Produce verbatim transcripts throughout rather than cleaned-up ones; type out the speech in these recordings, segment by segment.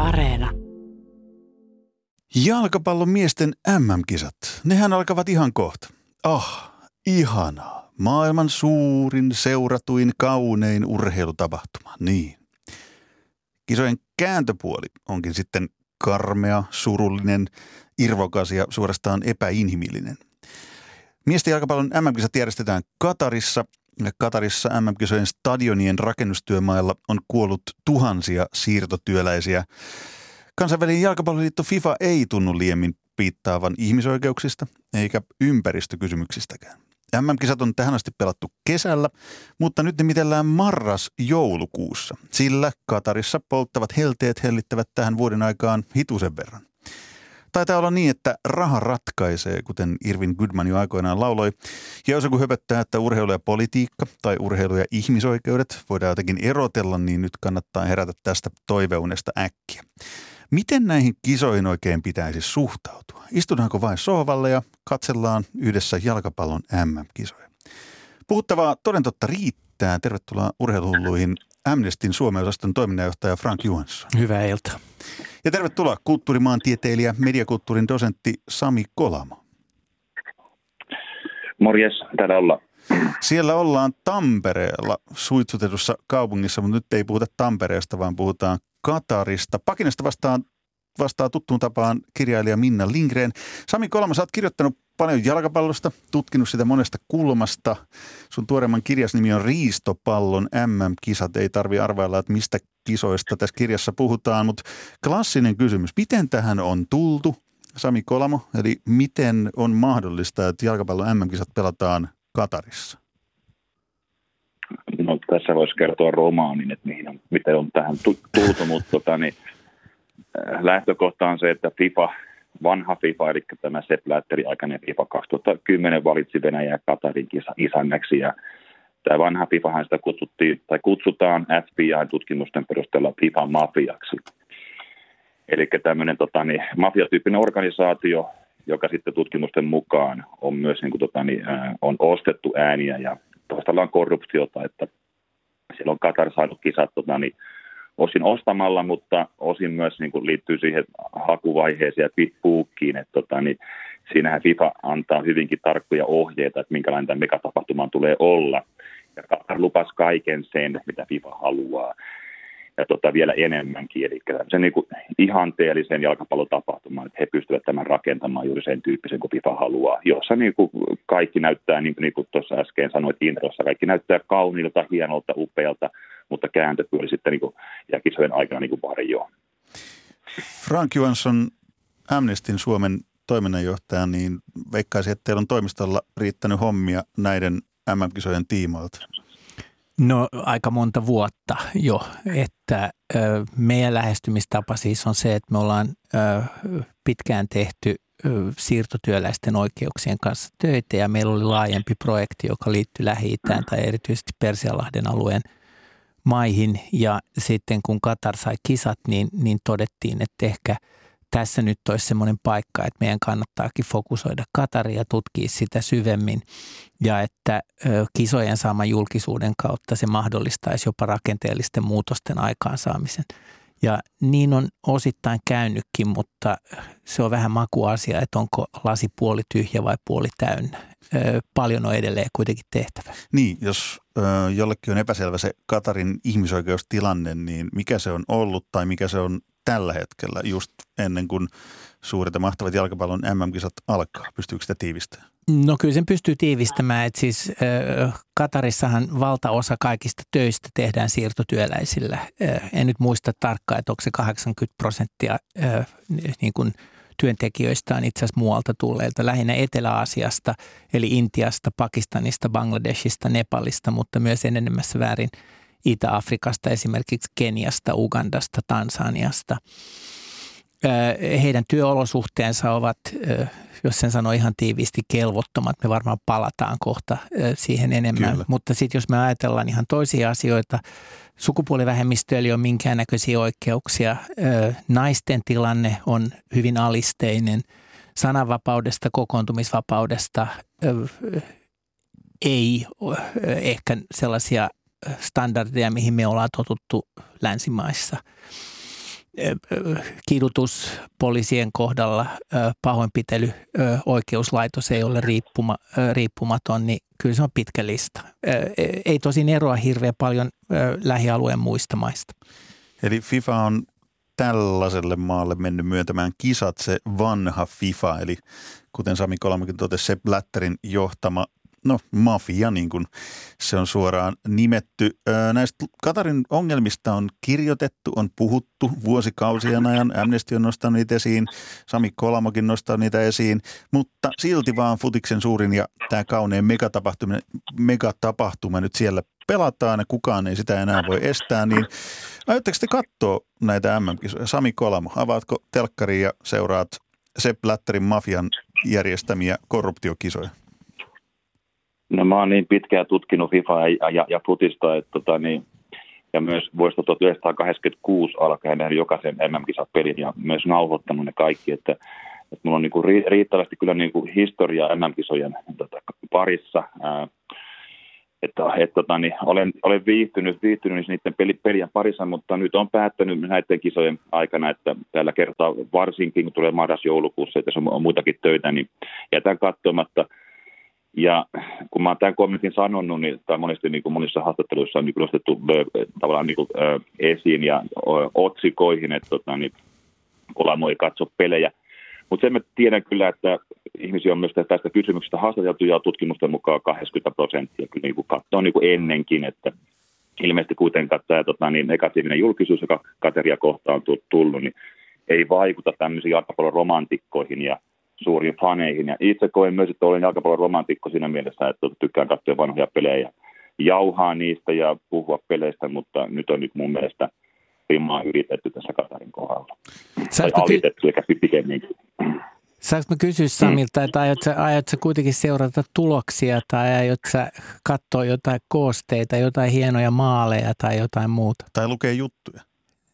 Areena. Jalkapallon miesten äm äm-kisat. Nehän alkavat ihan kohta. Ah, ihanaa. Maailman suurin, seuratuin, kaunein urheilutapahtuma. Niin. Kisojen kääntöpuoli onkin sitten karmea, surullinen, irvokas ja suorastaan epäinhimillinen. Miesten jalkapallon äm äm-kisat järjestetään Katarissa. Katarissa äm äm-kisojen stadionien rakennustyömailla on kuollut tuhansia siirtotyöläisiä. Kansainvälinen jalkapalloliitto FIFA ei tunnu liiemmin piittaavan ihmisoikeuksista eikä ympäristökysymyksistäkään. äm äm-kisat on tähän asti pelattu kesällä, mutta nyt ne mitellään marras-joulukuussa, sillä Katarissa polttavat helteet hellittävät tähän vuoden aikaan hitusen verran. Taitaa olla niin, että raha ratkaisee, kuten Irvin Goodman jo aikoinaan lauloi. Ja jos joku höpöttää, että urheilu ja politiikka tai urheilu ja ihmisoikeudet voidaan jotenkin erotella, niin nyt kannattaa herätä tästä toiveunesta äkkiä. Miten näihin kisoihin oikein pitäisi suhtautua? Istutaanko vain sohvalle ja katsellaan yhdessä jalkapallon äm äm-kisoja? Puhuttavaa toden totta riittää. Tervetuloa Urheiluhulluihin Amnestyn Suomen-osaston toiminnanjohtaja Frank Johansson. Hyvää iltaa. Ja tervetuloa kulttuurimaantieteilijä, mediakulttuurin dosentti Sami Kolamo. Morjes, täällä ollaan. Siellä ollaan Tampereella, suitsutetussa kaupungissa, mutta nyt ei puhuta Tampereesta, vaan puhutaan Katarista. Pakinasta vastaan, vastaa tuttuun tapaan kirjailija Minna Lindgren. Sami Kolamo, sä oot kirjoittanut paljon jalkapallosta, tutkinut sitä monesta kulmasta. Sun tuoreimman kirjas nimi on Riistopallon äm äm-kisat. Ei tarvi arvailla, että mistä kisoista tässä kirjassa puhutaan, mutta klassinen kysymys. Miten tähän on tultu, Sami Kolamo? Eli miten on mahdollista, että jalkapallon äm äm-kisat pelataan Katarissa? No tässä voisi kertoa romaanin, että mihin on, miten on tähän tultu, mutta tota, niin, lähtökohta on se, että FIFA, vanha FIFA, eli tämä Sepp Blatterin aikainen FIFA kaksituhattakymmenen valitsi Venäjää Katarin isännäksi, ja tämä vanha FIFAhan sitä kutsuttiin, tai kutsutaan F B I-tutkimusten perusteella FIFA-mafiaksi. Eli tämmöinen tota, niin, mafiatyyppinen organisaatio, joka sitten tutkimusten mukaan on myös niin kuin, tota, niin, ää, on ostettu ääniä ja taustalla on korruptiota, että siellä on Katar saanut kisat tota, niin, osin ostamalla, mutta osin myös niin kuin, liittyy siihen hakuvaiheeseen ja pitbuukkiin, että tota, niin, siinähän FIFA antaa hyvinkin tarkkoja ohjeita, että minkälainen tämä megatapahtumaan tulee olla. Ja Katar lupasi kaiken sen, mitä FIFA haluaa. Ja tota, vielä enemmänkin. Eli tämmöisen niin kuin ihanteellisen jalkapallotapahtuman, että he pystyvät tämän rakentamaan juuri sen tyyppisen kuin FIFA haluaa. Jossa niin kuin kaikki näyttää, niin kuin, niin kuin tuossa äsken sanoit introssa, kaikki näyttää kauniilta, hienolta, upealta, mutta kääntöpuoli sitten niin kuin, ja kisojen aikana niin kuin varjoon. Frank Johansson, Amnestyn Suomen toiminnanjohtaja, niin veikkaisin, että teillä on toimistolla riittänyt hommia näiden äm äm-kisojen tiimoilta. No aika monta vuotta jo, että ö, meidän lähestymistapa siis on se, että me ollaan ö, pitkään tehty ö, siirtotyöläisten oikeuksien kanssa töitä ja meillä oli laajempi projekti, joka liittyi Lähi-Itään tai erityisesti Persianlahden alueen maihin ja sitten kun Katar sai kisat, niin, niin todettiin, että ehkä tässä nyt olisi semmoinen paikka, että meidän kannattaakin fokusoida Kataria ja tutkia sitä syvemmin ja että ö, kisojen saaman julkisuuden kautta se mahdollistaisi jopa rakenteellisten muutosten aikaansaamisen. Ja niin on osittain käynytkin, mutta se on vähän makuasia, että onko lasi puoli tyhjä vai puoli täynnä. Ö, paljon on edelleen kuitenkin tehtävä. Niin, jos ö, jollekin on epäselvä se Katarin ihmisoikeustilanne, niin mikä se on ollut tai mikä se on tällä hetkellä, just ennen kuin suuret ja mahtavat jalkapallon äm äm-kisat alkaa? Pystyykö sitä tiivistämään? No kyllä sen pystyy tiivistämään, että siis äh, Katarissahan valtaosa kaikista töistä tehdään siirtotyöläisillä. Äh, en nyt muista tarkkaan, että onko se kahdeksankymmentä prosenttia äh, niin kuin työntekijöistä on itse asiassa muualta tulleilta, lähinnä Etelä-Aasiasta, eli Intiasta, Pakistanista, Bangladeshista, Nepalista, mutta myös enenemässä väärin Itä-Afrikasta, esimerkiksi Keniasta, Ugandasta, Tansaniasta. Heidän työolosuhteensa ovat, jos sen sanoo ihan tiiviisti, kelvottomat. Me varmaan palataan kohta siihen enemmän. Kyllä. Mutta sitten jos me ajatellaan ihan toisia asioita, sukupuolivähemmistöillä ei ole minkäännäköisiä oikeuksia. Naisten tilanne on hyvin alisteinen. Sananvapaudesta, kokoontumisvapaudesta ei ehkä sellaisia standardeja, mihin me ollaan totuttu länsimaissa. kidutus poliisien kohdalla, pahoinpitely, oikeuslaitos ei ole riippuma, riippumaton, niin kyllä se on pitkä lista. Ei tosin eroa hirveän paljon lähialueen muista maista. Eli FIFA on tällaiselle maalle mennyt myöntämään kisat, se vanha FIFA, eli kuten Sami Kolamokin totesi, Sepp Blatterin johtama no mafia, niin kuin se on suoraan nimetty. Näistä Katarin ongelmista on kirjoitettu, on puhuttu vuosikausien ajan. Amnesty on nostanut niitä esiin, Sami Kolamokin nostaa niitä esiin, mutta silti vaan futiksen suurin ja tämä kaunein megatapahtuma, megatapahtuma nyt siellä pelataan ja kukaan ei sitä enää voi estää, niin aiotteko te katsoa näitä M M-kisoja? Sami Kolamo, avaatko telkkariin ja seuraat Sepp Blatterin mafian järjestämiä korruptiokisoja? No mä oon niin pitkään tutkinut FIFAa ja, ja, ja futista, että tota, niin, ja myös vuodesta tuhatyhdeksänsataakahdeksankymmentäkuusi alkaen nähnyt jokaisen M M-kisat pelin ja myös nauhoittanut ne kaikki, että, että mulla on niinku riittävästi kyllä niinku historiaa M M-kisojen tota, parissa, ää, että et, tota, niin, olen, olen viihtynyt, viihtynyt niiden peli, pelien parissa, mutta nyt on päättänyt näiden kisojen aikana, että tällä kertaa varsinkin, kun tulee marras-joulukuussa, että jos on muitakin töitä, niin jätän katsomatta. Ja kun mä oon tämän kommentin sanonut, niin tämä monesti niin kuin monissa haastatteluissa on niin nostettu äh, tavallaan niin kuin, äh, esiin ja äh, otsikoihin, että tota, niin, Kolamo ei katso pelejä. Mutta sen mä tiedän kyllä, että ihmisiä on myös tästä kysymyksestä haastateltu ja tutkimusten mukaan kahdeksankymmentä prosenttia kyllä niin kuin katsoo niin kuin ennenkin, että ilmeisesti kuitenkaan tämä tota, niin negatiivinen julkisuus, joka Kateria kohtaan on tullut, niin ei vaikuta tämmöisiin jalkapallon romantikkoihin ja suuriin faneihin. Ja itse koen myös, että olen jalkapallon romantikko siinä mielessä, että tykkään katsoa vanhoja pelejä ja jauhaa niistä ja puhua peleistä, mutta nyt on nyt mun mielestä rimmaa yritetty tässä Katarin kohdalla. Saanko tai alitettu, eikä pikemminkin. Saanko mä kysyä Samilta, että aiotko sä, aiot sä kuitenkin seurata tuloksia tai aiot sä katsoa jotain koosteita, jotain hienoja maaleja tai jotain muuta? Tai lukee juttuja?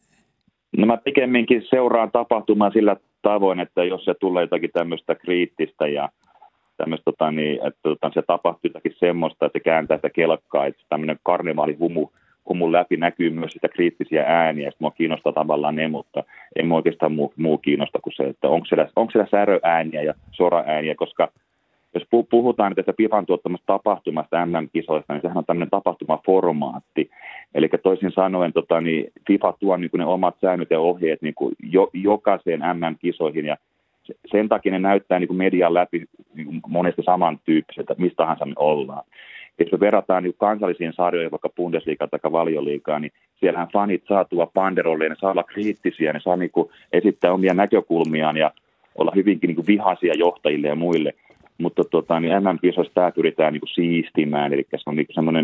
No mä pikemminkin seuraan tapahtumaa sillä tavoin, että jos se tulee jotakin tämmöistä kriittistä ja tämmöistä, tota, niin, että tota, se tapahtuu jotakin semmoista, että se kääntää sitä kelkkaa, että tämmöinen karnevaalihumu humun läpi näkyy myös sitä kriittisiä ääniä, ja mua kiinnostaa tavallaan ne, mutta ei mua oikeastaan muu, muu kiinnosta kuin se, että onko siellä, onko siellä säröääniä ja soraääniä, koska jos puhutaan tästä FIFAn tuottamasta tapahtumasta M M-kisoista, niin sehän on tämmöinen tapahtumaformaatti. Eli toisin sanoen tota, niin FIFA tuo niin kuin ne omat säännöt ja ohjeet niin kuin jo, jokaiseen M M-kisoihin, ja sen takia ne näyttää niin kuin median läpi niin kuin monesti samantyyppiseltä, mistä tahansa me ollaan. Jos me verrataan niin kansallisiin sarjoihin, vaikka Bundesliigaa tai Valioliigaa, niin siellähän fanit saa tuoda banderolleen, ne saa olla kriittisiä, ne saa niin kuin esittää omia näkökulmiaan ja olla hyvinkin niin kuin vihaisia johtajille ja muille. Mutta tota, niin M M-kisoissa tämä pyritään niin kuin siistimään, eli se on niin semmoinen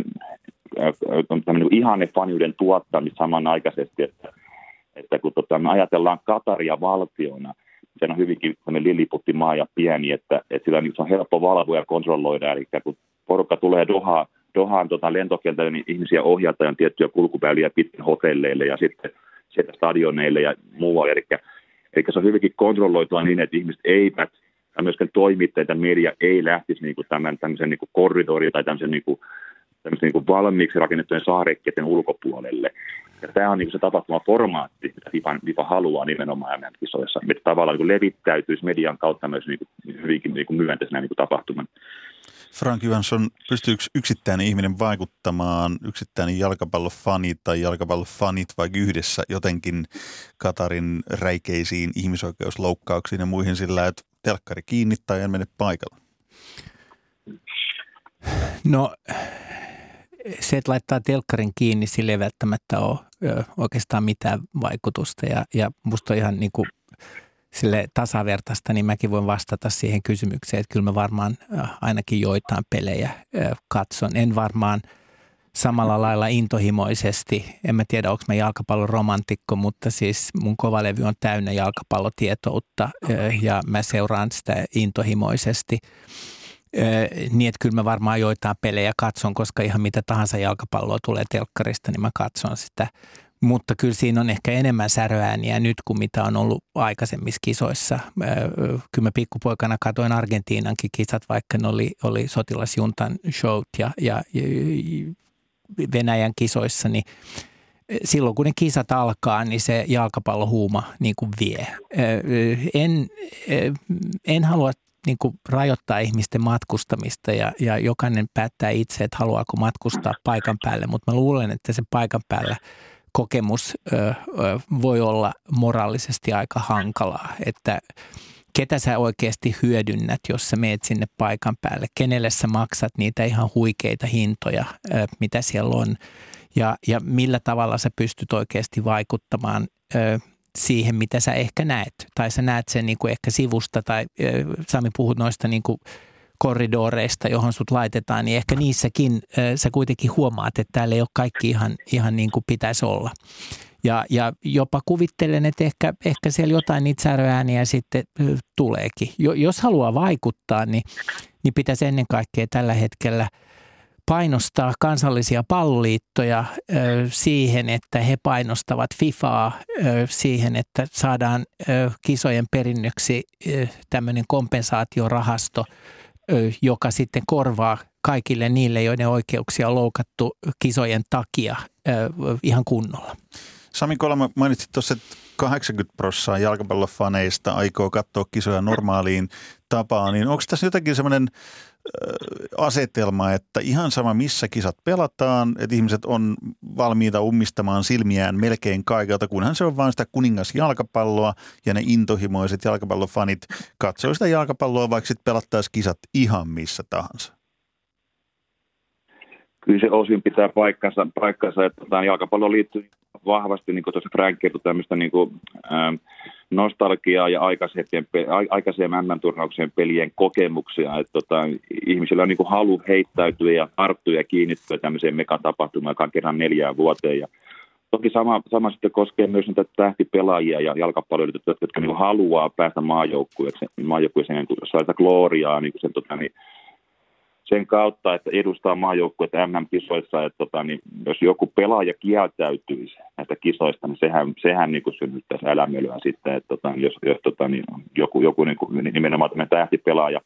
niin ihanne faniuden tuottamista samanaikaisesti, että, että kun tota, me ajatellaan Kataria valtiona, se on hyvinkin lilliputtimaa ja pieni, että, että sillä se on helppo valvoa ja kontrolloida, eli kun porukka tulee Dohaan, Dohaan tota, lentokentälle, niin ihmisiä ohjataan tiettyjä kulkuväyliä pitkin hotelleille ja sitten sieltä stadioneille ja muualle, eli, eli se on hyvinkin kontrolloitua niin, että ihmiset eivät, ja myöskään toimittajat ja media ei lähtisi niin kuin tämän tämmöisen niin kuin korridorin tai tämmöisen niin kuin tämmöisen niin kuin valmiiksi rakennettujen saarekkeiden ulkopuolelle. Ja tämä on niin kuin se tapahtumaformaatti, mitä FIFA, FIFA haluaa nimenomaan M M-kisoissa, että tavallaan niin kuin levittäytyisi median kautta myös niin kuin hyvinkin niin kuin myönteisenä niin kuin tapahtuman. Frank Johansson, pystyykö yksittäinen ihminen vaikuttamaan, yksittäinen jalkapallofani tai jalkapallofanit vaikka yhdessä jotenkin Katarin räikeisiin ihmisoikeusloukkauksiin ja muihin sillä, että telkkari kiinni tai en mene paikalle? No se, että laittaa telkkarin kiinni, sillä ei välttämättä ole ö, oikeastaan mitään vaikutusta ja, ja musta on ihan niin kuin sille tasavertaista, niin mäkin voin vastata siihen kysymykseen, että kyllä mä varmaan ainakin joitain pelejä katson. En varmaan samalla lailla intohimoisesti, en mä tiedä, onko mä jalkapallon romantikko, mutta siis mun kovalevy on täynnä jalkapallotietoutta ja mä seuraan sitä intohimoisesti. Niin, että kyllä mä varmaan joitain pelejä katson, koska ihan mitä tahansa jalkapalloa tulee telkkarista, niin mä katson sitä. Mutta kyllä siinä on ehkä enemmän säröääniä nyt kuin mitä on ollut aikaisemmissa kisoissa. Kyllä mä pikkupoikana katsoin Argentiinankin kisat, vaikka ne oli, oli sotilasjuntan showt ja, ja, ja Venäjän kisoissa, niin silloin kun ne kisat alkaa, niin se jalkapallohuuma niin kuin vie. En, en halua niin kuin rajoittaa ihmisten matkustamista ja, ja jokainen päättää itse, että haluaako matkustaa paikan päälle, mutta mä luulen, että se paikan päällä kokemus ö, ö, voi olla moraalisesti aika hankalaa, että ketä sä oikeasti hyödynnät, jos sä meet sinne paikan päälle, kenelle sä maksat niitä ihan huikeita hintoja, ö, mitä siellä on ja, ja millä tavalla sä pystyt oikeasti vaikuttamaan ö, siihen, mitä sä ehkä näet. Tai sä näet sen niin kuin ehkä sivusta tai ö, Sami puhut noista niin kuin korridoreista, johon sut laitetaan, niin ehkä niissäkin ö, sä kuitenkin huomaat, että täällä ei ole kaikki ihan, ihan niin kuin pitäisi olla. Ja, ja jopa kuvittelen, että ehkä, ehkä siellä jotain niitä säröääniä sitten ö, tuleekin. Jo, jos haluaa vaikuttaa, niin, niin pitäisi ennen kaikkea tällä hetkellä painostaa kansallisia palloliittoja ö, siihen, että he painostavat FIFAa ö, siihen, että saadaan ö, kisojen perinnöksi ö, tämmöinen kompensaatiorahasto, ö, joka sitten korvaa kaikille niille, joiden oikeuksia on loukattu kisojen takia ö, ihan kunnolla. Sami Kolma, mainitsit tuossa, että kahdeksankymmentä prosenttia jalkapallofaneista aikoo katsoa kisoja normaaliin tapaan, niin onko tässä jotenkin semmoinen asetelma, että ihan sama missä kisat pelataan, että ihmiset on valmiita ummistamaan silmiään melkein kaikelta, kunhan se on vain sitä kuningasjalkapalloa ja ne intohimoiset jalkapallofanit katsoo sitä jalkapalloa, vaikka sitten pelattaisiin kisat ihan missä tahansa? Kyllä se osin pitää paikkansa, paikkansa että tämä jalkapallo liittyy vahvasti, niin kuin tuossa Frank kertoi, tämmöistä niin kuin, ähm, nostalgiaa ja aikaisempien M M-turnauksien pelien kokemuksia, että tota, ihmisillä on niin kuin halu heittäytyä ja tarttua ja kiinnittyä tämmöiseen megatapahtumaan, joka on kerran neljään vuoteen. Ja toki sama, sama sitten koskee myös niitä tähtipelaajia ja jalkapalloilijoita, jotka, jotka niin kuin haluaa päästä maajoukkueeseen, maajoukkueeseen niin saa sitä gloriaa niin kuin sen, tota, niin, sen kautta, että edustaa maajoukkuetta M M-kisoissa, että tota, niin, jos joku pelaaja kieltäytyisi näistä kisoista, niin sehän, sehän niin kuin synnyttäisi älämölyä sitten, että tota, jos, jos tota, niin, joku, joku niin kuin, nimenomaan tämmöinen tähtipelaaja.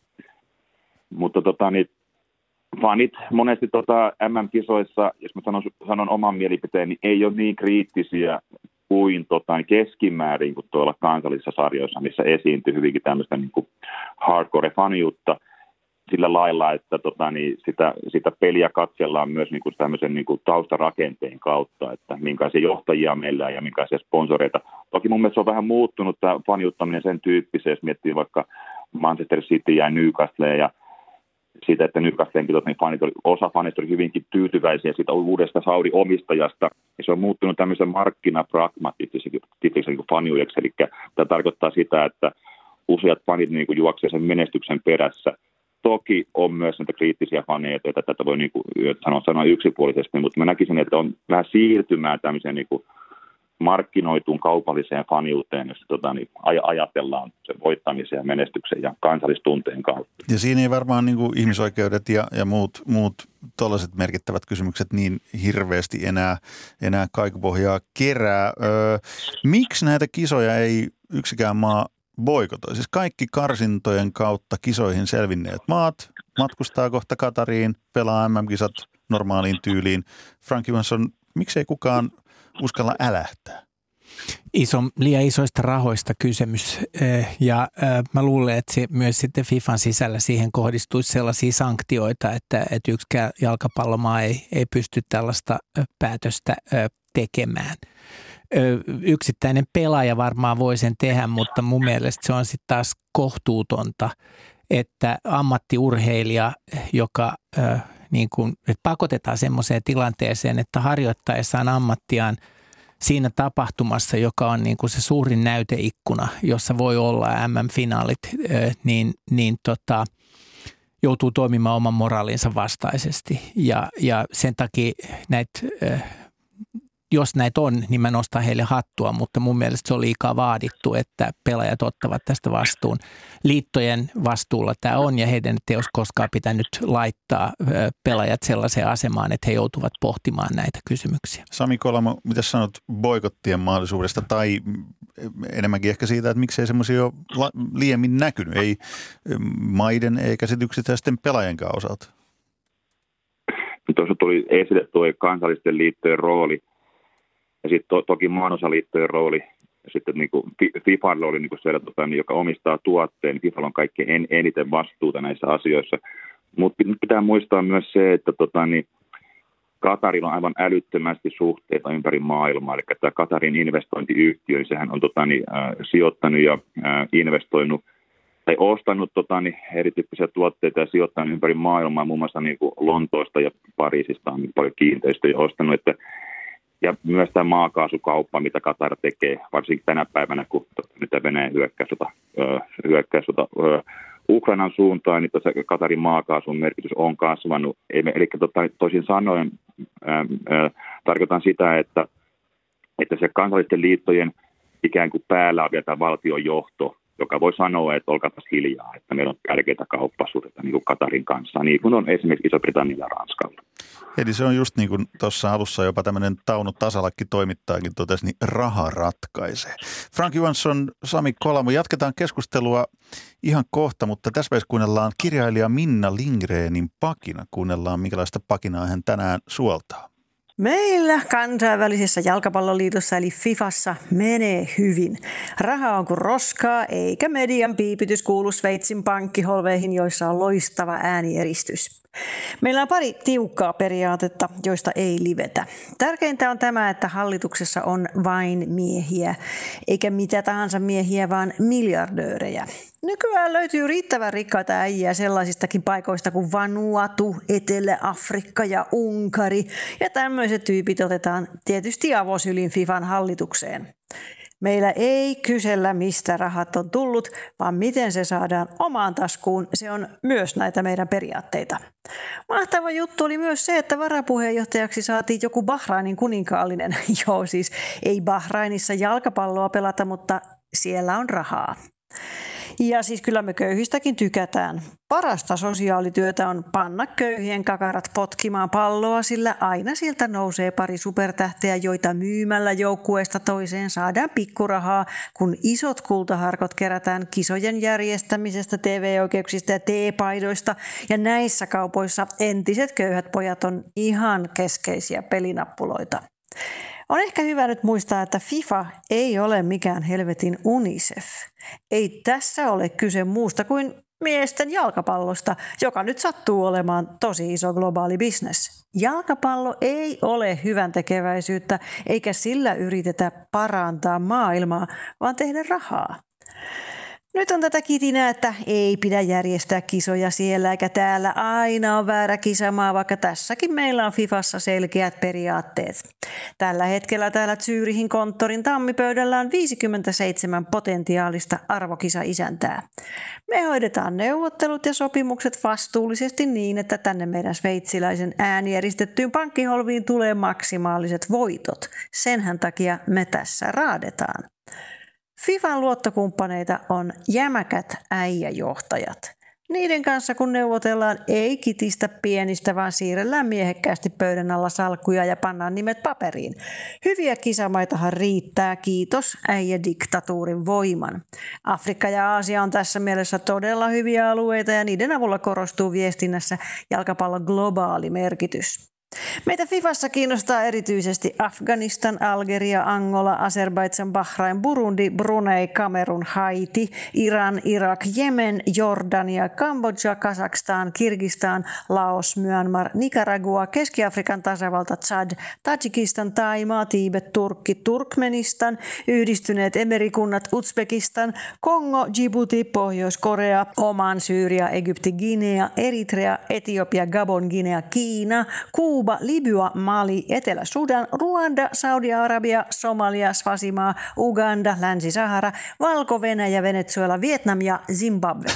Mutta tota, niin, fanit monesti tota, M M-kisoissa, jos mä sanon, sanon oman mielipiteen, niin ei ole niin kriittisiä kuin tota, niin keskimäärin kuin tuolla kansallisissa sarjoissa, missä esiintyy hyvinkin tämmöistä niin kuin hardcore-faniutta, sillä lailla, että tota, niin sitä, sitä peliä katsellaan myös niin kuin tämmöisen niin kuin taustarakenteen kautta, että minkälaisia johtajia meillä on ja minkälaisia sponsoreita. Toki mun mielestä se on vähän muuttunut tämä faniuttaminen sen tyyppiseen, jos miettii vaikka Manchester City ja Newcastle ja siitä, että Newcastlenkin tota, niin fanit oli, osa fanista oli hyvinkin tyytyväisiä siitä uudesta Saudi-omistajasta, ja se on muuttunut tämmöisen markkinapragmaattiseksi niin faniudeksi, eli tämä tarkoittaa sitä, että useat fanit niin kuin juoksevat sen menestyksen perässä. Toki on myös näitä kriittisiä faneja, että tätä voi niin kuin sanoa, sanoa yksipuolisesti, mutta mä näkisin, että on vähän siirtymää tämmöiseen niin kuin markkinoituun kaupalliseen faniuteen, jos tota, niin ajatellaan sen voittamisen ja menestyksen ja kansallistunteen kautta. Ja siinä ei varmaan niin kuin ihmisoikeudet ja, ja muut, muut tuollaiset merkittävät kysymykset niin hirveästi enää, enää kaikupohjaa kerää. Öö, miksi näitä kisoja ei yksikään maa boikotoi? Siis kaikki karsintojen kautta kisoihin selvinneet maat matkustaa kohta Katariin, pelaa M M-kisat normaaliin tyyliin. Frank Johansson, miksei kukaan uskalla älähtää? Iso, liian isoista rahoista kysymys ja mä luulen, että se myös sitten FIFAn sisällä siihen kohdistuisi sellaisia sanktioita, että, että yksikään jalkapallomaa ei, ei pysty tällaista päätöstä tekemään. Yksittäinen pelaaja varmaan voi sen tehdä, mutta mun mielestä se on sitten taas kohtuutonta, että ammattiurheilija, joka niin kuin, että pakotetaan semmoiseen tilanteeseen, että harjoittaessaan ammattiaan siinä tapahtumassa, joka on niin kuin se suurin näyteikkuna, jossa voi olla M M-finaalit, niin, niin tota, joutuu toimimaan oman moraalinsa vastaisesti. Ja, ja sen takia näitä, jos näitä on, niin mä nostan heille hattua, mutta mun mielestä se on liikaa vaadittu, että pelaajat ottavat tästä vastuun. Liittojen vastuulla tämä on ja heidän ei olisi koskaan pitänyt laittaa pelaajat sellaiseen asemaan, että he joutuvat pohtimaan näitä kysymyksiä. Sami Kolamo, mitä sanot boikottien mahdollisuudesta tai enemmänkin ehkä siitä, että miksei semmoisia ole liiemmin näkynyt, ei maiden eikä sitten yksittäisten pelaajankaan osalta? Tuossa tuli esille tuo kansallisten liittojen rooli. Ja sitten to, toki maanosaliittojen rooli, ja sitten niin kuin FIFAn rooli, niin kuin se, tota, niin, joka omistaa tuotteen, niin FIFAlla on kaikkein en, eniten vastuuta näissä asioissa. Mutta pitää muistaa myös se, että tota, niin, Katarilla on aivan älyttömästi suhteita ympäri maailmaa. Eli tämä Katarin investointiyhtiö, sehän on tota, niin, äh, sijoittanut ja äh, investoinut tai ostanut tota, niin, erityyppisiä tuotteita ja sijoittanut ympäri maailmaa, muun muassa niin kuin Lontoosta ja Pariisista on paljon kiinteistöjä ostanut. Että, ja myös tämä maakaasukauppa, mitä Katar tekee, varsinkin tänä päivänä, kun nyt Venäjän hyökkäyssota, äh, hyökkäyssota äh, Ukrainan suuntaan, niin tuossa Katarin maakaasun merkitys on kasvanut. Eli tota, toisin sanoen ää, ää, tarkoitan sitä, että, että se kansallisten liittojen ikään kuin päällä on vielä tämä valtionjohto, joka voi sanoa, että olkaapas hiljaa, että meillä on tärkeitä kauppasuhteita niin kuin Katarin kanssa, niin kuin on esimerkiksi Iso-Britannia ja Ranskalla. Eli se on just niin kuin tuossa alussa jopa tämmöinen Tauno Tasalakki toimittaakin totesi, niin raha ratkaisee. Frank Johansson, Sami Kolamo, jatketaan keskustelua ihan kohta, mutta tässä vaiheessa kuunnellaan kirjailija Minna Lindgrenin Pakina. Kuunnellaan, minkälaista pakinaa hän tänään suoltaa. Meillä kansainvälisessä jalkapalloliitossa eli FIFassa menee hyvin. Raha on kuin roskaa, eikä median piipitys kuulu Sveitsin pankkiholveihin, joissa on loistava äänieristys. Meillä on pari tiukkaa periaatetta, joista ei livetä. Tärkeintä on tämä, että hallituksessa on vain miehiä, eikä mitä tahansa miehiä, vaan miljardöörejä. Nykyään löytyy riittävän rikkaita äijää sellaisistakin paikoista kuin Vanuatu, Etelä-Afrikka ja Unkari. Ja tämmöiset tyypit otetaan tietysti avosylin FIFAn hallitukseen. Meillä ei kysellä, mistä rahat on tullut, vaan miten se saadaan omaan taskuun. Se on myös näitä meidän periaatteita. Mahtava juttu oli myös se, että varapuheenjohtajaksi saatiin joku Bahrainin kuninkaallinen. Joo, siis ei Bahrainissa jalkapalloa pelata, mutta siellä on rahaa. Ja siis kyllä me köyhistäkin tykätään. Parasta sosiaalityötä on panna köyhien kakarat potkimaan palloa, sillä aina sieltä nousee pari supertähteä, joita myymällä joukkueesta toiseen saadaan pikkurahaa, kun isot kultaharkot kerätään kisojen järjestämisestä, T V-oikeuksista ja T-paidoista. Ja näissä kaupoissa entiset köyhät pojat on ihan keskeisiä pelinappuloita. On ehkä hyvä nyt muistaa, että FIFA ei ole mikään helvetin UNICEF. Ei tässä ole kyse muusta kuin miesten jalkapallosta, joka nyt sattuu olemaan tosi iso globaali bisnes. Jalkapallo ei ole hyvän tekeväisyyttä, eikä sillä yritetä parantaa maailmaa, vaan tehdä rahaa. Nyt on tätä kitinää, että ei pidä järjestää kisoja siellä eikä täällä. Aina on väärä kisamaa, vaikka tässäkin meillä on FIFassa selkeät periaatteet. Tällä hetkellä täällä Zürihin konttorin tammipöydällä on viisikymmentäseitsemän potentiaalista arvokisa-isäntää. Me hoidetaan neuvottelut ja sopimukset vastuullisesti niin, että tänne meidän sveitsiläisen äänieristettyyn pankkiholviin tulee maksimaaliset voitot. Senhän takia me tässä raadetaan. FIFAn luottokumppaneita on jämäkät äijäjohtajat. Niiden kanssa kun neuvotellaan, ei kitistä pienistä, vaan siirrellään miehekkäästi pöydän alla salkkuja ja pannaan nimet paperiin. Hyviä kisamaitahan riittää, kiitos äijädiktatuurin voiman. Afrikka ja Aasia on tässä mielessä todella hyviä alueita ja niiden avulla korostuu viestinnässä jalkapallon globaali merkitys. Meitä FIFassa kiinnostaa erityisesti Afganistan, Algeria, Angola, Azerbaidžan, Bahrain, Burundi, Brunei, Kamerun, Haiti, Iran, Irak, Jemen, Jordania, Kambodža, Kazakstan, Kirgistan, Laos, Myanmar, Nicaragua, Keski-Afrikan tasavalta, Tsad, Tadžikistan, Thaimaa, Tiibet, Turkki, Turkmenistan, Yhdistyneet Emirikunnat, Uzbekistan, Kongo, Djibouti, Pohjois-Korea, Oman, Syyria, Egypti, Guinea, Eritrea, Etiopia, Gabon, Guinea, Kiina, Kuuba, Libya, Mali, Etelä-Sudan, Ruanda, Saudi-Arabia, Somalia, Svasimaa, Uganda, Länsi-Sahara, Valko-Venäjä, Venezuela, Vietnam ja Zimbabwe.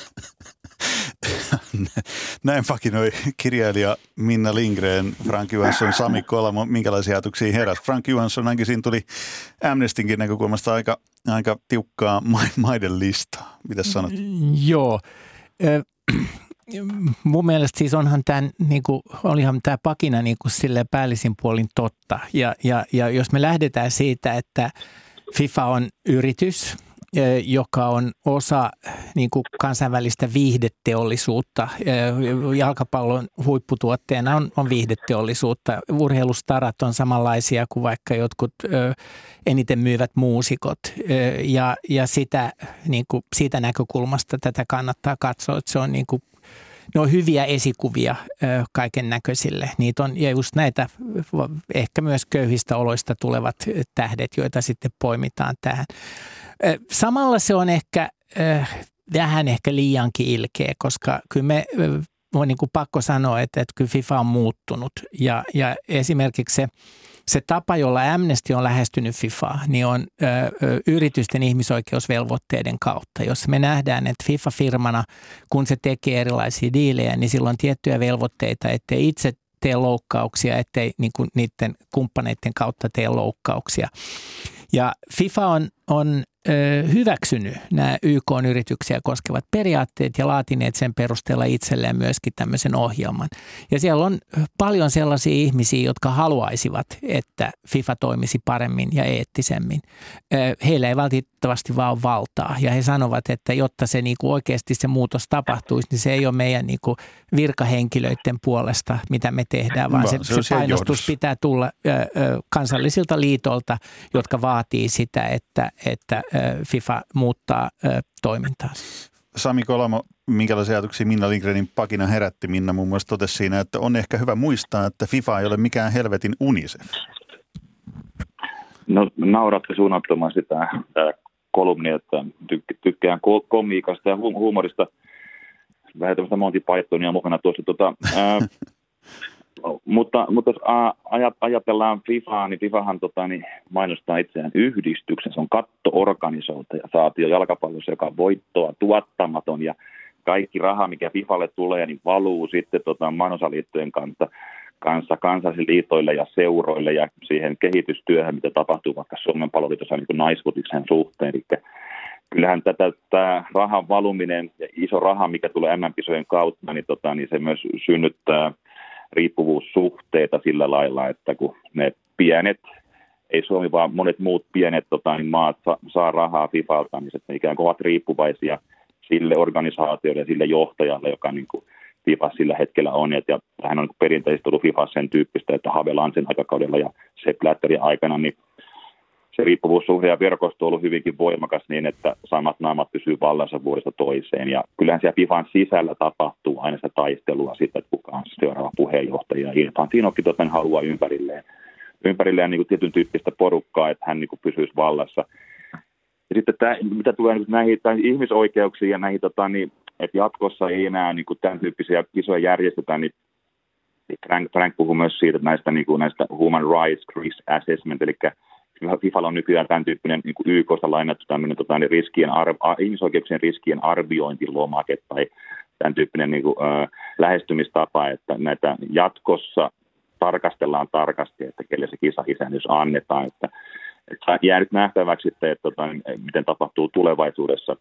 Näin pakinoi kirjailija Minna Lindgren, Frank Johansson, Sami Kolamo. Minkälaisia ajatuksia heräsi? Frank Johansson, ainakin siinä tuli Amnestinkin näkökulmasta aika, aika tiukkaa maiden listaa. Mitäs sanot? Joo. Mun mielestä siis onhan tämän, niin kuin, olihan tämä pakina niin kuin silleen päällisin puolin totta. Ja, ja, ja jos me lähdetään siitä, että FIFA on yritys joka on osa niin kuin kansainvälistä viihdeteollisuutta. Jalkapallon huipputuotteena on, on viihdeteollisuutta. Urheilustarat on samanlaisia kuin vaikka jotkut eniten myyvät muusikot. Ja, ja sitä, niin kuin, siitä näkökulmasta tätä kannattaa katsoa, että se on niin kuin ne on hyviä esikuvia kaiken näköisille. Niitä on ja just näitä ehkä myös köyhistä oloista tulevat tähdet, joita sitten poimitaan tähän. Samalla se on ehkä vähän ehkä liiankin ilkeä, koska kyllä me on niin kuin pakko sanoa, että, että kyllä FIFA on muuttunut. Ja, ja esimerkiksi se, se tapa, jolla Amnesty on lähestynyt FIFAa, niin on ö, ö, yritysten ihmisoikeusvelvoitteiden kautta. Jos me nähdään, että FIFA-firmana, kun se tekee erilaisia diilejä, niin silloin on tiettyjä velvoitteita, ettei itse tee loukkauksia, ettei niin kuin niiden kumppaneiden kautta tee loukkauksia. Ja FIFA on, on ö, hyväksynyt nämä Y K-yrityksiä koskevat periaatteet ja laatineet sen perusteella itselleen myöskin tämmöisen ohjelman. Ja siellä on paljon sellaisia ihmisiä, jotka haluaisivat, että FIFA toimisi paremmin ja eettisemmin. Ö, heillä ei valitettavasti vaan ole valtaa ja he sanovat, että jotta se niinku oikeasti se muutos tapahtuisi, niin se ei ole meidän niinku virkahenkilöiden puolesta, mitä me tehdään, vaan se, se, se painostus johdossa pitää tulla ö, ö, kansallisilta liitolta, jotka vaatii sitä, että, että FIFA muuttaa toimintaa. Sami Kolamo, minkälaisia ajatuksia Minna Lindgrenin pakina herätti? Minna muun muassa totesi siinä, että on ehkä hyvä muistaa, että FIFA ei ole mikään helvetin UNICEF. No nauratko suunnattoman sitä kolumnia, että tyk- tykkään komiikasta ja hu- huumorista. Vähän tämmöistä Monty Pythonia mukana tuossa. Tota, ää, Mutta, mutta jos ajatellaan FIFAa, niin FIFAhan tota, niin mainostaa itseään yhdistyksen. Se on katto-organisaatio jalkapallossa, joka on voittoa tuottamaton ja kaikki raha, mikä FIFAlle tulee, niin valuu sitten tota, maanosaliittojen kanssa, kanssa kansallisliitoille ja seuroille ja siihen kehitystyöhön, mitä tapahtuu vaikka Suomen Palloliitossa niin naisfutiksen suhteen. Eli kyllähän tätä, tämä rahan valuminen ja iso raha, mikä tulee M M-kisojen kautta, niin, tota, niin se myös synnyttää riippuvuussuhteita sillä lailla, että kun ne pienet, ei Suomi vaan monet muut pienet tota, niin maat sa, saa rahaa FIFAlta, niin ne ikään kuin ovat riippuvaisia sille organisaatiolle ja sille johtajalle, joka niin kuin FIFA sillä hetkellä on. Ja tähän on perinteisesti ollut FIFA sen tyyppistä, että Havelansen aikakaudella ja Sepp Blatterin aikana, niin se riippuvuussuhde ja verkosto on ollut hyvinkin voimakas niin, että samat naamat pysyy vallassa vuodesta toiseen. Ja kyllähän siellä FIFAn sisällä tapahtuu aina sitä taistelua siitä, että kuka on seuraava puheenjohtaja. Infantinokin toten haluaa ympärilleen, ympärilleen niin kuin tietyn tyyppistä porukkaa, että hän niin kuin pysyisi vallassa. Ja sitten tämä, mitä tulee näihin ihmisoikeuksiin ja näihin, tota, niin, että jatkossa ei enää niin kuin tämän tyyppisiä kisoja järjestetään, niin Frank, Frank puhuu myös siitä, että näistä, niin kuin, näistä human rights risk assessment, eli FIFAlla on nykyään tämän tyyppinen niin kuin Y K:sta lainattu tämmöinen tota, niin riskien arv, ihmisoikeuksien riskien arviointilomake tai tämän tyyppinen niin kuin, äh, lähestymistapa, että näitä jatkossa tarkastellaan tarkasti, että kelle se kisa-isännys annetaan. Että, että jää nyt nähtäväksi, että, että, että miten tapahtuu tulevaisuudessa.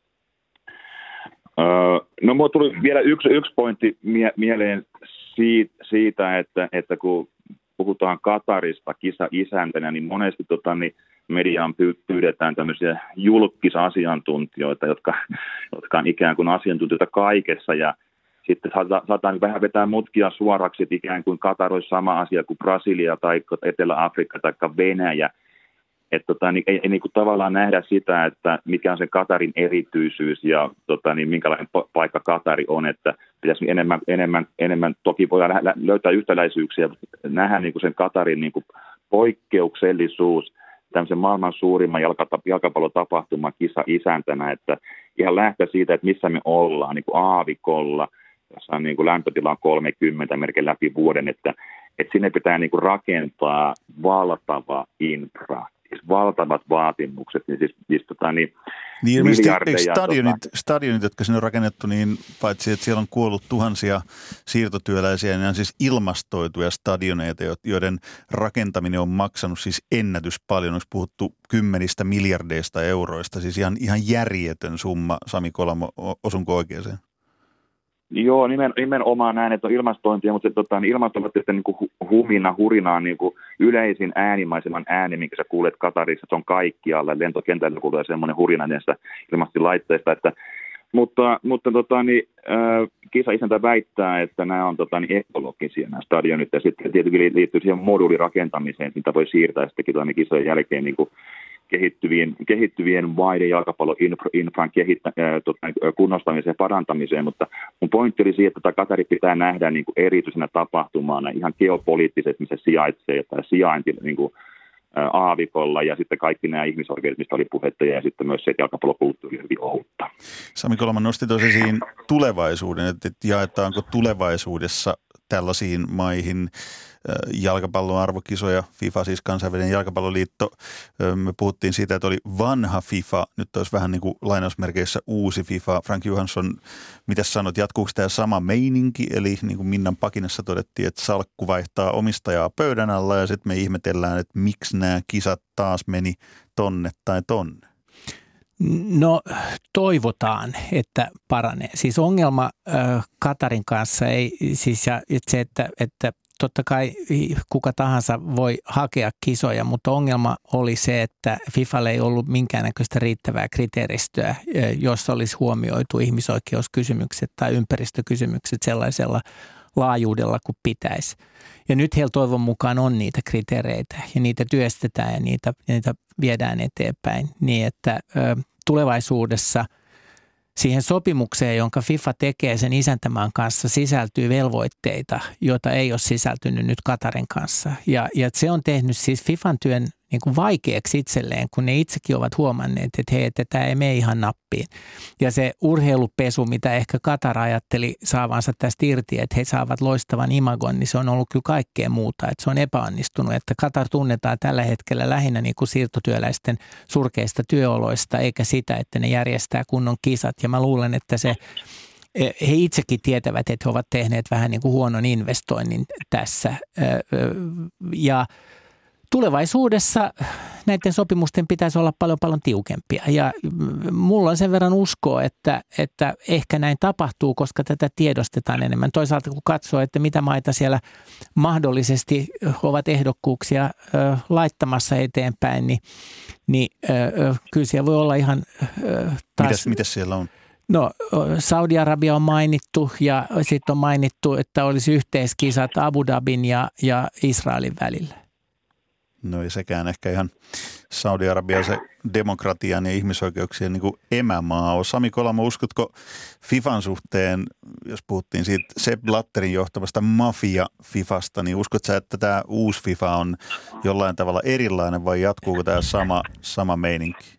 Öö, no minulla tuli vielä yksi, yksi pointti mie- mieleen siitä, siitä että, että kun puhutaan Katarista kisa-isäntänä, niin monesti tota, niin mediaan pyydetään tämmöisiä julkisasiantuntijoita, jotka, jotka on ikään kuin asiantuntijoita kaikessa, ja sitten saadaan vähän vetää mutkia suoraksi, että ikään kuin Katar olisi sama asia kuin Brasilia tai Etelä-Afrikka tai Venäjä. Että tota, niin ei, ei niin kuin tavallaan nähdä sitä, että mikä on se Katarin erityisyys ja tota, niin minkälainen paikka Katari on, että pitäisi enemmän, enemmän, enemmän toki voidaan löytää yhtäläisyyksiä, mutta nähdä niin kuin sen Katarin niin kuin poikkeuksellisuus, tämmöisen maailman suurimman jalkapallotapahtuman kisa-isäntänä, että ihan lähteä siitä, että missä me ollaan, niin kuin aavikolla, jossa on niin kuin lämpötila on kolmekymmentä melkein läpi vuoden, että, että sinne pitää niin kuin rakentaa valtava infra. Valtavat vaatimukset, niin siis, siis tota, niin, niin ilmeisesti stadionit, tota... stadionit, jotka sinne on rakennettu, niin paitsi että siellä on kuollut tuhansia siirtotyöläisiä, niin on siis ilmastoituja stadioneita, joiden rakentaminen on maksanut siis ennätys paljon. Olisi puhuttu kymmenistä miljardeista euroista, siis ihan, ihan järjetön summa. Sami Kolamo, osunko oikeeseen? Joo, nimen, nimenomaan näin, että on ilmastointia, mutta se, tota, niin ilmastointia niin kuin humina, hurinaa niin kuin yleisin äänimaiseman ääni, minkä sä kuulet Katarissa, se on kaikkialla. Lentokentällä kuulee semmoinen hurina näistä ilmastilaitteista, että Mutta, mutta tota, niin, äh, kisa-isäntä väittää, että nämä on tota, niin ekologisia nämä stadionit, ja sitten tietenkin liittyy siihen moduulirakentamiseen, että niitä voi siirtää sittenkin tota, niin kisojen jälkeen niin kuin kehittyvien, kehittyvien maiden jalkapalloinfran kehittä, äh, tota, kunnostamiseen ja parantamiseen, mutta mun pointti oli siitä, että Katari pitää nähdä niin kuin erityisenä tapahtumana ihan geopoliittisesti, missä se sijaitsee, tai sijainti niin kuin aavikolla ja sitten kaikki nämä ihmisoikeudet, mistä oli puhetta ja sitten myös se, että jalkapallokulttuuri on hyvin ohutta. Sami Koloman nosti tosi esiin tulevaisuuden, että jaetaanko tulevaisuudessa tällaisiin maihin jalkapallon arvokisoja, FIFA siis kansainvälinen jalkapalloliitto. Me puhuttiin siitä, että oli vanha FIFA, nyt olisi vähän niin kuin lainausmerkeissä uusi FIFA. Frank Johansson, mitä sanot, jatkuuko tämä sama meininki? Eli niin kuin Minnan pakinassa todettiin, että salkku vaihtaa omistajaa pöydän alla ja sitten me ihmetellään, että miksi nämä kisat taas meni tonne tai tonne. No toivotaan, että paranee. Siis ongelma äh, Katarin kanssa ei, siis ja, että se, että, että totta kai kuka tahansa voi hakea kisoja, mutta ongelma oli se, että FIFAlle ei ollut minkäännäköistä riittävää kriteeristöä, jossa olisi huomioitu ihmisoikeuskysymykset tai ympäristökysymykset sellaisella laajuudella kuin pitäisi. Ja nyt heillä toivon mukaan on niitä kriteereitä ja niitä työstetään ja niitä, niitä viedään eteenpäin niin, että ö, tulevaisuudessa siihen sopimukseen, jonka FIFA tekee sen isäntämaan kanssa, sisältyy velvoitteita, joita ei ole sisältynyt nyt Katarin kanssa. Ja, ja se on tehnyt siis FIFAn työn niin kuin vaikeaksi itselleen, kun ne itsekin ovat huomanneet, että hei, että tämä ei mene ihan nappiin. Ja se urheilupesu, mitä ehkä Katar ajatteli saavansa tästä irti, että he saavat loistavan imagon, niin se on ollut kyllä kaikkea muuta. Että se on epäonnistunut, että Katar tunnetaan tällä hetkellä lähinnä niin kuin siirtotyöläisten surkeista työoloista, eikä sitä, että ne järjestää kunnon kisat. Ja mä luulen, että se he itsekin tietävät, että he ovat tehneet vähän niin kuin huonon investoinnin tässä. Ja tulevaisuudessa näiden sopimusten pitäisi olla paljon paljon tiukempia ja mulla on sen verran uskoa, että, että ehkä näin tapahtuu, koska tätä tiedostetaan enemmän. Toisaalta kun katsoo, että mitä maita siellä mahdollisesti ovat ehdokkuuksia ö, laittamassa eteenpäin, niin, niin ö, kyllä siellä voi olla ihan ö, taas... Mitäs, mitäs siellä on? No, Saudi-Arabia on mainittu ja sitten on mainittu, että olisi yhteiskisat Abu Dhabin ja, ja Israelin välillä. No ei sekään ehkä ihan Saudi-Arabia se demokratian ja ihmisoikeuksien niin kuin emämaa on. Sami Kolamo, uskotko FIFAn suhteen, jos puhuttiin siitä Sepp Blatterin johtavasta mafia-FIFasta, niin uskotko sä, että tämä uusi FIFA on jollain tavalla erilainen vai jatkuuko tämä sama, sama meininki?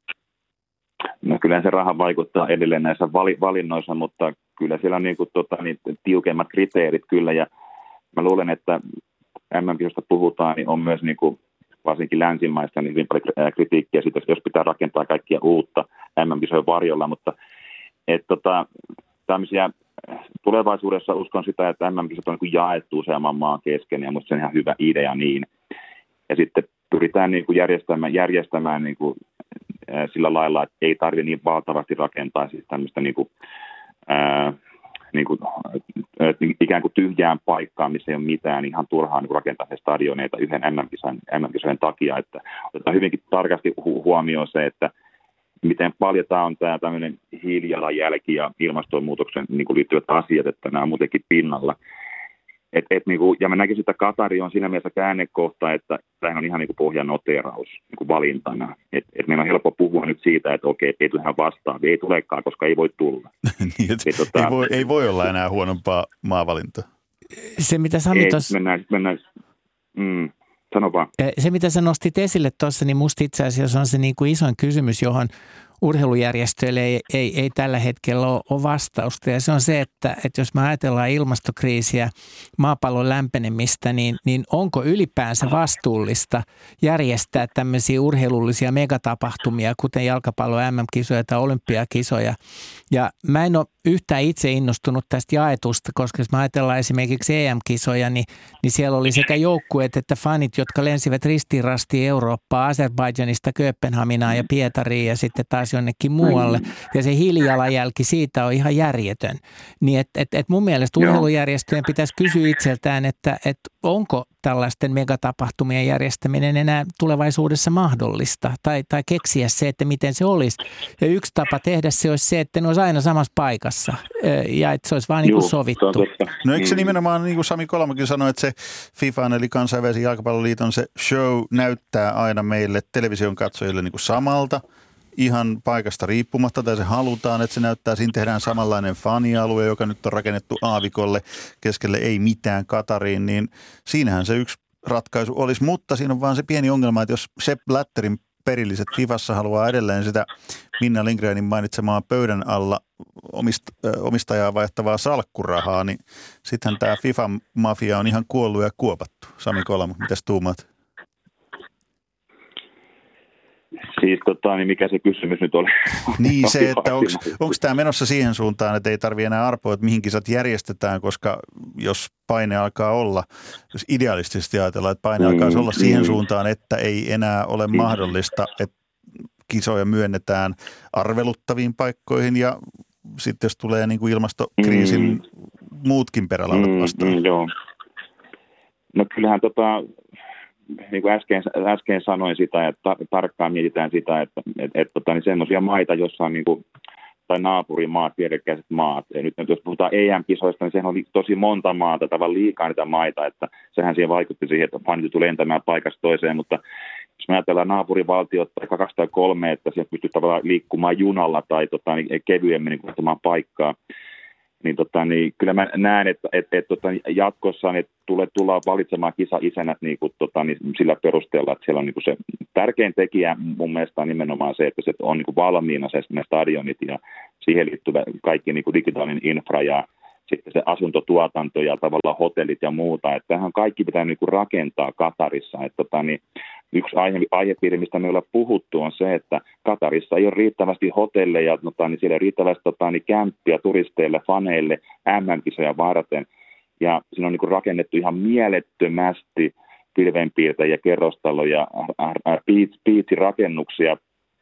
No kyllä se raha vaikuttaa edelleen näissä valinnoissa, mutta kyllä siellä on niin kuin, tota, niin, tiukemmat kriteerit kyllä ja mä luulen, että M M-kisosta puhutaan, niin on myös niin kuin, varsinkin länsimaista niin hyvin paljon kritiikkiä siitä, jos pitää rakentaa kaikkia uutta M M-kisojen varjolla, mutta et, tota, tämmöisiä tulevaisuudessa uskon sitä, että M M-kisat on niin kuin jaettu useamman maan kesken ja musta se on ihan hyvä idea niin. Ja sitten pyritään niin kuin järjestämään, järjestämään niin kuin, äh, sillä lailla, että ei tarvitse niin valtavasti rakentaa siis tämmöistä niin kuin, äh, niin kuin, ikään kuin tyhjään paikkaan, missä ei ole mitään ihan turhaa niin rakentaa se stadioneita yhden M M-kisojen takia. Että otetaan hyvinkin tarkasti hu- huomioon se, että miten paljon tämä on tämä tämmöinen hiilijalanjälki ja ilmastonmuutoksen niin kuin liittyvät asiat, että nämä on muutenkin pinnalla. Et, et, niin kuin, ja mä näkisin, että Katari on siinä mielessä käännekohta, että tämähän on ihan niin kuin pohjanoteraus niin kuin valintana. Et, et meillä on helppo puhua nyt siitä, että okei, ei tule ihan vastaan, ei tulekaan, koska ei voi tulla. niin, et, et, tota, ei, voi, ei voi olla enää huonompaa maavalintaa. Se mitä Sami tuossa... Mennään, mennään, mm, sano vaan. Se mitä sä nostit esille tuossa, niin musta itse asiassa on se niin kuin isoin kysymys, johon urheilujärjestöille ei, ei, ei tällä hetkellä ole, ole vastausta. Ja se on se, että, että jos me ajatellaan ilmastokriisiä, maapallon lämpenemistä, niin, niin onko ylipäänsä vastuullista järjestää tämmöisiä urheilullisia megatapahtumia, kuten jalkapallo M M-kisoja tai olympiakisoja. Ja mä en ole yhtään itse innostunut tästä jaetusta, koska jos me ajatellaan esimerkiksi E M-kisoja, niin, niin siellä oli sekä joukkueet että fanit, jotka lensivät ristiin rastiin Eurooppaa, Azerbaidžanista, Kööpenhaminaan ja Pietariin ja sitten taas hävisi jonnekin muualle ja se hiilijalanjälki siitä on ihan järjetön. Niin et, et, et mun mielestä urheilujärjestöjen pitäisi kysyä itseltään, että et onko tällaisten megatapahtumien järjestäminen enää tulevaisuudessa mahdollista tai, tai keksiä se, että miten se olisi. Ja yksi tapa tehdä se olisi se, että ne olisi aina samassa paikassa ja että se olisi vaan niin kuin sovittu. No eikö se nimenomaan, niin kuin Sami Kolamokin sanoi, että se FIFAn eli kansainvälisen jalkapalloliiton se show näyttää aina meille television katsojille niin kuin samalta, ihan paikasta riippumatta, tai se halutaan, että se näyttää, siinä tehdään samanlainen fanialue, joka nyt on rakennettu aavikolle, keskelle ei mitään Katariin, niin siinähän se yksi ratkaisu olisi, mutta siinä on vaan se pieni ongelma, että jos Sepp Blatterin perilliset FIFassa haluaa edelleen sitä Minna Lindgrenin mainitsemaa pöydän alla omistajaa vaihtavaa salkkurahaa, niin sittenhän tämä FIFA-mafia on ihan kuollut ja kuopattu. Sami Kolamo, mitäs tuumaat? Siis tota, niin mikä se kysymys nyt oli? Niin se, että onko tämä menossa siihen suuntaan, että ei tarvitse enää arpoa, että mihin kisat järjestetään, koska jos paine alkaa olla, jos idealistisesti ajatellaan, että paine mm, alkaa olla siihen mm. suuntaan, että ei enää ole mm. mahdollista, että kisoja myönnetään arveluttaviin paikkoihin ja sitten jos tulee niin kuin ilmastokriisin mm. muutkin perälaudat vastaan. Mm, mm, joo. No kyllähän tota... niin kuin äsken, äsken sanoin sitä, että tarkkaan mietitään sitä, että et, et, tota, niin semmoisia maita, joissa on niin kuin, tai naapurimaat, vierekkäiset maat. Ja nyt jos puhutaan E M-kisoista, niin sehän on tosi monta maata, tavallaan liikaa niitä maita, että sehän siihen vaikutti siihen, että fanit tuli lentämään paikasta toiseen, mutta jos me ajatellaan naapurivaltiot tai kaksi tai kolme, että siellä pystyy tavallaan liikkumaan junalla tai tota, niin kevyemmin niin ottamaan paikkaa, niin, tota, niin kyllä mä näen, että et, et, tota, jatkossa niin tulee, tullaan valitsemaan kisa-isänät niin kuin, tota, niin sillä perusteella, että siellä on niin kuin se tärkein tekijä mun mielestä on nimenomaan se, että se on niin kuin valmiina se, ne stadionit ja siihen liittyvä kaikki niin kuin digitaalinen infra ja sitten se asuntotuotanto ja tavallaan hotellit ja muuta. Että tähän kaikki pitää niin kuin rakentaa Katarissa. Että, tota, niin yksi aihe, aihepiiri, mistä me ollaan puhuttu, on se, että Katarissa ei ole riittävästi hotelleja, tota, niin siellä ei ole riittävästi tota, niin kämppiä turisteille, faneille, M M-kisoja varten. Ja siinä on niin kuin rakennettu ihan mielettömästi pilvenpiirtäjiä, kerrostaloja, piitsirakennuksia.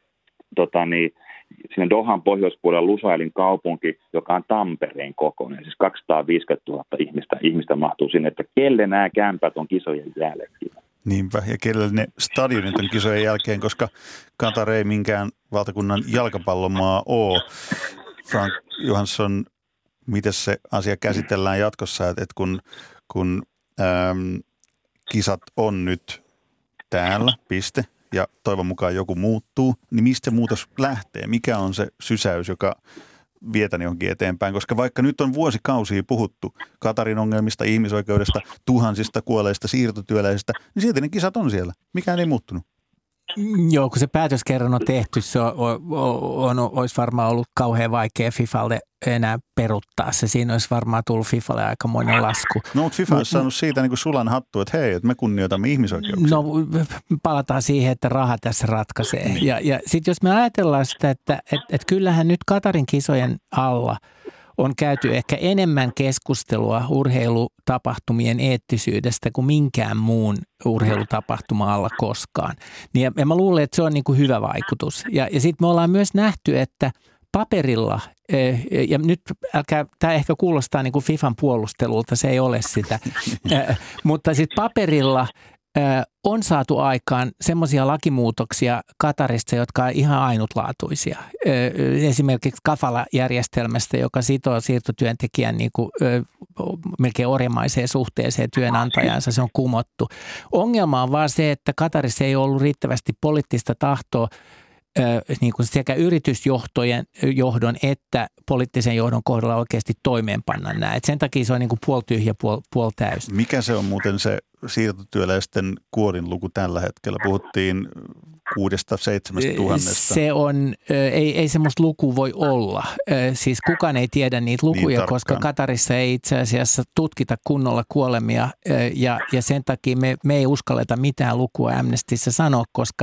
Tota, niin, siinä Dohan pohjoispuolella Lusailin kaupunki, joka on Tampereen kokoinen, siis kaksisataaviisikymmentätuhatta ihmistä, ihmistä mahtuu sinne, että kelle nämä kämpät on kisojen jälkeen. Niinpä, ja kelle ne stadionit on kisojen jälkeen, koska Katar ei minkään valtakunnan jalkapallomaa ole. Frank Johansson, miten se asia käsitellään jatkossa, että kun, kun äm, kisat on nyt täällä, piste, ja toivon mukaan joku muuttuu, niin mistä muutos lähtee? Mikä on se sysäys, joka vietän johonkin eteenpäin? Koska vaikka nyt on vuosikausia puhuttu Katarin ongelmista, ihmisoikeudesta, tuhansista kuolleista siirtotyöläisistä, niin silti ne kisat on siellä. Mikään ei muuttunut. Joo, kun se päätös kerran on tehty, se on, on, on, olisi varmaan ollut kauhean vaikea FIFAlle enää peruttaa se. Siinä olisi varmaan tullut FIFAlle aikamoinen lasku. No, mutta FIFA olisi saanut siitä niin kuin sulan hattu, että hei, että me kunnioitamme ihmisoikeuksia. No, palataan siihen, että raha tässä ratkaisee. Ja, ja sitten jos me ajatellaan sitä, että et, et kyllähän nyt Katarin kisojen alla on käyty ehkä enemmän keskustelua urheilutapahtumien eettisyydestä kuin minkään muun urheilutapahtuma alla koskaan. Niin ja mä luulen, että se on niin kuin hyvä vaikutus. Ja, ja sitten me ollaan myös nähty, että paperilla, ja nyt älkää, tämä ehkä kuulostaa niin kuin FIFAn puolustelulta, se ei ole sitä, mutta sitten paperilla on saatu aikaan semmoisia lakimuutoksia Katarissa, jotka on ihan ainutlaatuisia. Esimerkiksi kafala-järjestelmästä, joka sitoo siirtotyöntekijän niin kuin, melkein orjamaiseen suhteeseen työnantajansa, se on kumottu. Ongelma on vaan se, että Katarissa ei ollut riittävästi poliittista tahtoa niin kuin sekä yritysjohtojen johdon että poliittisen johdon kohdalla oikeasti toimeenpanna nämä. Et sen takia se on niin kuin puoltyhjä, puol, puoltäys. Mikä se on muuten se siirtotyöläisten kuolinluku tällä hetkellä? Puhuttiin kuudesta, seitsemästä tuhannesta. Se on, ei, ei semmoista lukua voi olla. Siis kukaan ei tiedä niitä lukuja, niin koska Katarissa ei itse asiassa tutkita kunnolla kuolemia ja, ja sen takia me, me ei uskalleta mitään lukua Amnestyssä sanoa, koska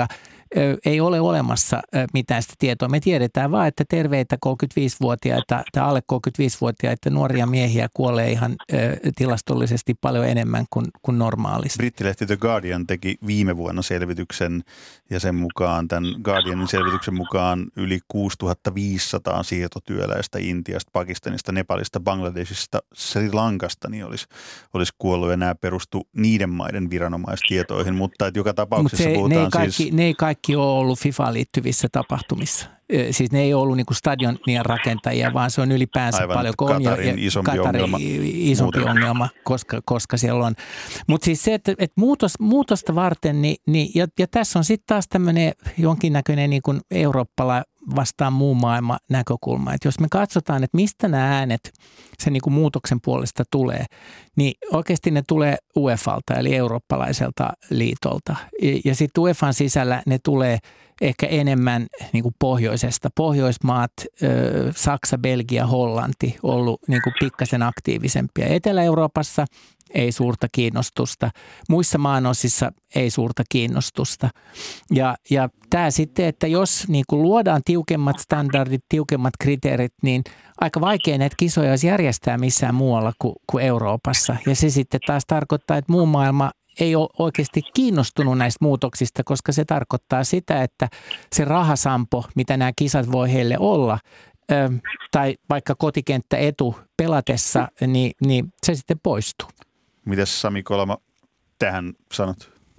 ei ole olemassa mitään sitä tietoa. Me tiedetään vaan, että terveitä kolmekymmentäviisivuotiaita tai alle kolmekymmentäviisivuotiaita nuoria miehiä kuolee ihan tilastollisesti paljon enemmän kuin, kuin normaalisti. Brittilehti The Guardian teki viime vuonna selvityksen ja sen mukaan, tämän Guardianin selvityksen mukaan yli kuusituhattaviisisataa siirtotyöläistä Intiasta, Pakistanista, Nepalista, Bangladesista, Sri Lankasta niin olisi, olisi kuollut ja nämä perustu niiden maiden viranomaistietoihin, mutta että joka tapauksessa se, puhutaan ne ei kaikki, siis... Ne ei kaikki ole ollut FIFAan liittyvissä tapahtumissa. Siis ne ei ole ollut niin kuin stadionien rakentajia, vaan se on ylipäänsä aivan, paljon. Katarin ja, isompi Katarin ongelma. isompi ongelma, koska, koska siellä on. Mutta siis se, että, että muutos, muutosta varten, niin, niin, ja, ja tässä on sitten taas tämmöinen jonkinnäköinen niin kuin eurooppala vastaan muu maailma näkökulma. Että jos me katsotaan, että mistä nämä äänet sen niin kuin muutoksen puolesta tulee, niin oikeasti ne tulee U E F Alta eli eurooppalaiselta liitolta. Ja, ja sitten U E F An sisällä ne tulee ehkä enemmän niin kuin pohjoisesta. Pohjoismaat, Saksa, Belgia, Hollanti ollut niin kuin pikkasen aktiivisempia. Etelä-Euroopassa ei suurta kiinnostusta. Muissa maanosissa ei suurta kiinnostusta. Ja, ja tämä sitten, että jos niin kuin luodaan tiukemmat standardit, tiukemmat kriteerit, niin aika vaikea näitä kisoja olisi järjestää missään muualla kuin, kuin Euroopassa. Ja se sitten taas tarkoittaa, että muu maailma ei ole oikeasti kiinnostunut näistä muutoksista, koska se tarkoittaa sitä, että se rahasampo, mitä nämä kisat voi heille olla, tai vaikka kotikenttäetu pelatessa, niin, niin se sitten poistuu. Mitäs Sami Kolma tähän sanot?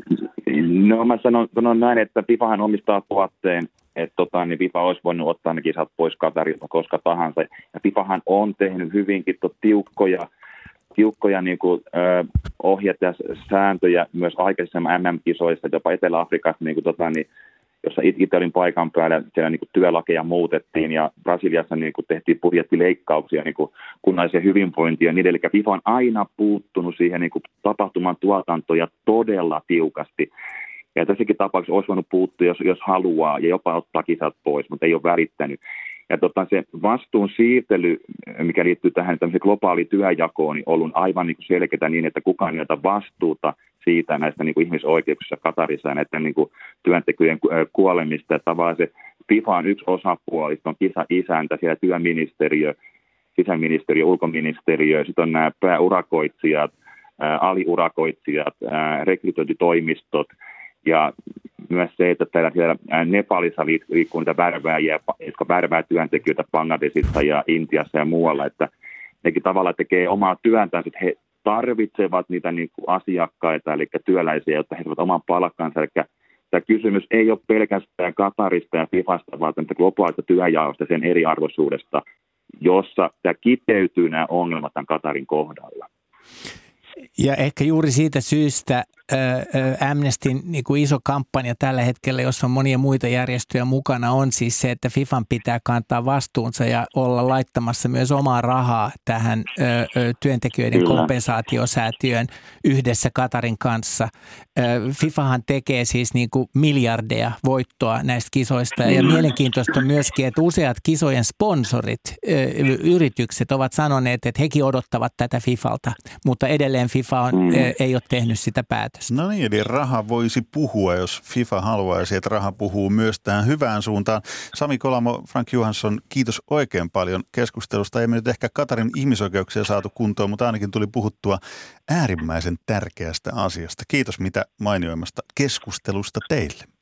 No mä sanon, sanon näin, että FIFAhan omistaa tuotteen, että tota, niin FIFA olisi voinut ottaa ne kisat pois Katarilta koska tahansa. Ja FIFAhan on tehnyt hyvinkin tiukkoja tiukkoja niin kuin, ö, ohjeita ja sääntöjä myös aikaisemmissa M M-kisoissa, jopa Etelä-Afrikassa, niin kuin, tota, niin, jossa itse olin paikan päällä, siellä niin kuin, työlakeja muutettiin ja Brasiliassa niin kuin, tehtiin budjettileikkauksia niin kuin, kunnallisen hyvinvointia ja niin, eli FIFA on aina puuttunut siihen niin kuin, tapahtuman tuotantoon todella tiukasti. Ja tässäkin tapauksessa olisi voinut puuttua, jos, jos haluaa, ja jopa ottaa kisat pois, mutta ei ole välittänyt. Ja tota, se vastuun siirtely, mikä liittyy tähän globaaliin työjakoon, niin on ollut aivan niin kuin selkeää niin, että kukaan ei ota vastuuta siitä näistä niin kuin ihmisoikeuksista Katarissa ja näiden niin kuin työntekijöiden kuolemista. Ja tavallaan se FIFA on yksi osapuoli, on kisa-isäntä, siellä työministeriö, sisäministeriö, ulkoministeriö, sitten on nämä pääurakoitsijat, ää, aliurakoitsijat, ää, rekrytointitoimistot. Ja myös se, että täällä Nepalissa liikkuu niitä värvääjiä, jotka värvää työntekijöitä Bangladesissa ja Intiassa ja muualla, että nekin tavallaan tekee omaa työntään, että he tarvitsevat niitä niin kuin asiakkaita, eli työläisiä, jotta he saavat oman palkkansa. Eli tämä kysymys ei ole pelkästään Katarista ja FIFasta, vaan globaalista työjaosta sen eriarvoisuudesta, jossa tämä kiteytyy nämä ongelmat tämän Katarin kohdalla. Ja ehkä juuri siitä syystä Amnestyn niin kuin iso kampanja tällä hetkellä, jossa on monia muita järjestöjä mukana, on siis se, että FIFAn pitää kantaa vastuunsa ja olla laittamassa myös omaa rahaa tähän ö, ö, työntekijöiden Kyllä. kompensaatiosäätiön yhdessä Katarin kanssa. Ö, FIFAhan tekee siis niin kuin miljardeja voittoa näistä kisoista ja mielenkiintoista on myöskin, että useat kisojen sponsorit, ö, yritykset ovat sanoneet, että hekin odottavat tätä FIFalta, mutta edelleen FIFA on, mm. ö, ei ole tehnyt sitä päätöstä. No niin, eli raha voisi puhua, jos FIFA haluaisi, että raha puhuu myös tähän hyvään suuntaan. Sami Kolamo, Frank Johansson, kiitos oikein paljon keskustelusta. Emme nyt ehkä Katarin ihmisoikeuksia saatu kuntoon, mutta ainakin tuli puhuttua äärimmäisen tärkeästä asiasta. Kiitos mitä mainioimmasta keskustelusta teille.